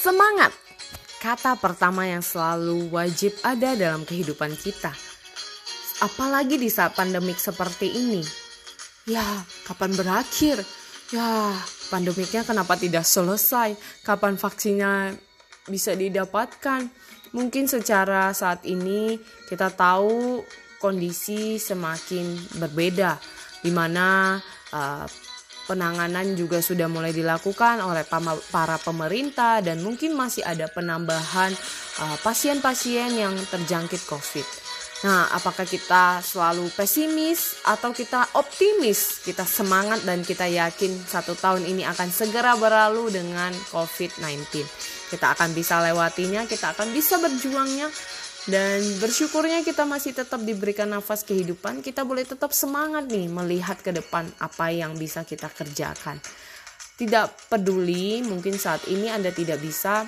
Semangat, kata pertama yang selalu wajib ada dalam kehidupan kita. Apalagi di saat pandemik seperti ini. Ya, kapan berakhir? Ya, pandemiknya kenapa tidak selesai? Kapan vaksinnya bisa didapatkan? Mungkin secara saat ini kita tahu kondisi semakin berbeda, di mana penanganan juga sudah mulai dilakukan oleh para pemerintah dan mungkin masih ada penambahan pasien-pasien yang terjangkit COVID. Nah, apakah kita selalu pesimis atau kita optimis? Kita semangat dan kita yakin 1 tahun ini akan segera berlalu dengan COVID-19. Kita akan bisa lewatinya, kita akan bisa berjuangnya. Dan bersyukurnya kita masih tetap diberikan nafas kehidupan. Kita boleh tetap semangat nih melihat ke depan apa yang bisa kita kerjakan. Tidak peduli mungkin saat ini Anda tidak bisa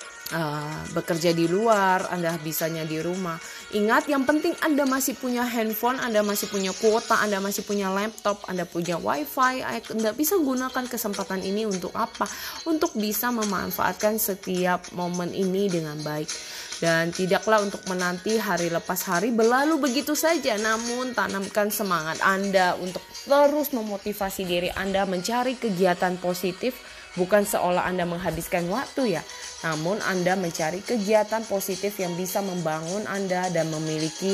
bekerja di luar, Anda bisanya di rumah. Ingat, yang penting Anda masih punya handphone, Anda masih punya kuota, Anda masih punya laptop, Anda punya wifi. Anda bisa gunakan kesempatan ini untuk apa? Untuk bisa memanfaatkan setiap momen ini dengan baik. Dan tidaklah untuk menanti hari lepas hari berlalu begitu saja. Namun tanamkan semangat Anda untuk terus memotivasi diri Anda mencari kegiatan positif. Bukan seolah Anda menghabiskan waktu ya, namun Anda mencari kegiatan positif yang bisa membangun Anda dan memiliki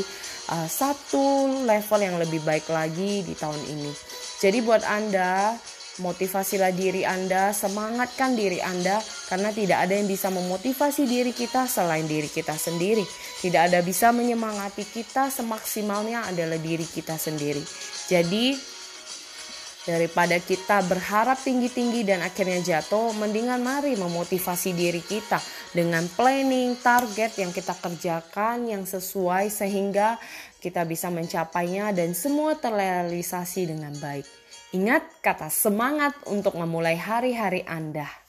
satu level yang lebih baik lagi di tahun ini. Jadi buat Anda, motivasilah diri Anda, semangatkan diri Anda, karena tidak ada yang bisa memotivasi diri kita selain diri kita sendiri. Tidak ada bisa menyemangati kita semaksimalnya adalah diri kita sendiri. Jadi daripada kita berharap tinggi-tinggi dan akhirnya jatuh, mendingan mari memotivasi diri kita dengan planning, target yang kita kerjakan yang sesuai sehingga kita bisa mencapainya dan semua terrealisasi dengan baik. Ingat kata semangat untuk memulai hari-hari Anda.